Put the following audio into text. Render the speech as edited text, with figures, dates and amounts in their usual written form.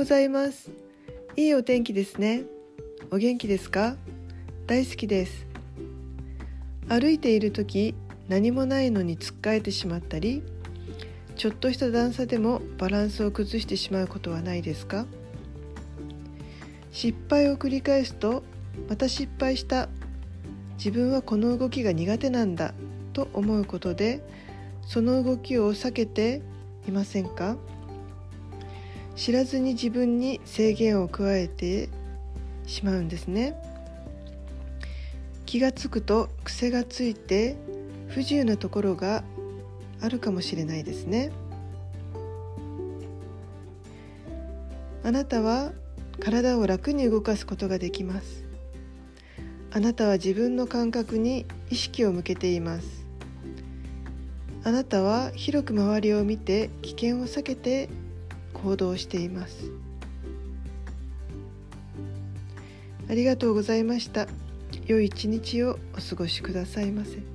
ございます。いいお天気ですね。お元気ですか？大好きです。歩いているとき、何もないのにつっかえてしまったり、ちょっとした段差でもバランスを崩してしまうことはないですか？失敗を繰り返すと、また失敗した、自分はこの動きが苦手なんだと思うことで、その動きを避けていませんか？知らずに自分に制限を加えてしまうんですね。気がつくと癖がついて不自由なところがあるかもしれないですね。あなたは体を楽に動かすことができます。あなたは自分の感覚に意識を向けています。あなたは広く周りを見て危険を避けて行動しています。ありがとうございました。良い一日をお過ごしくださいませ。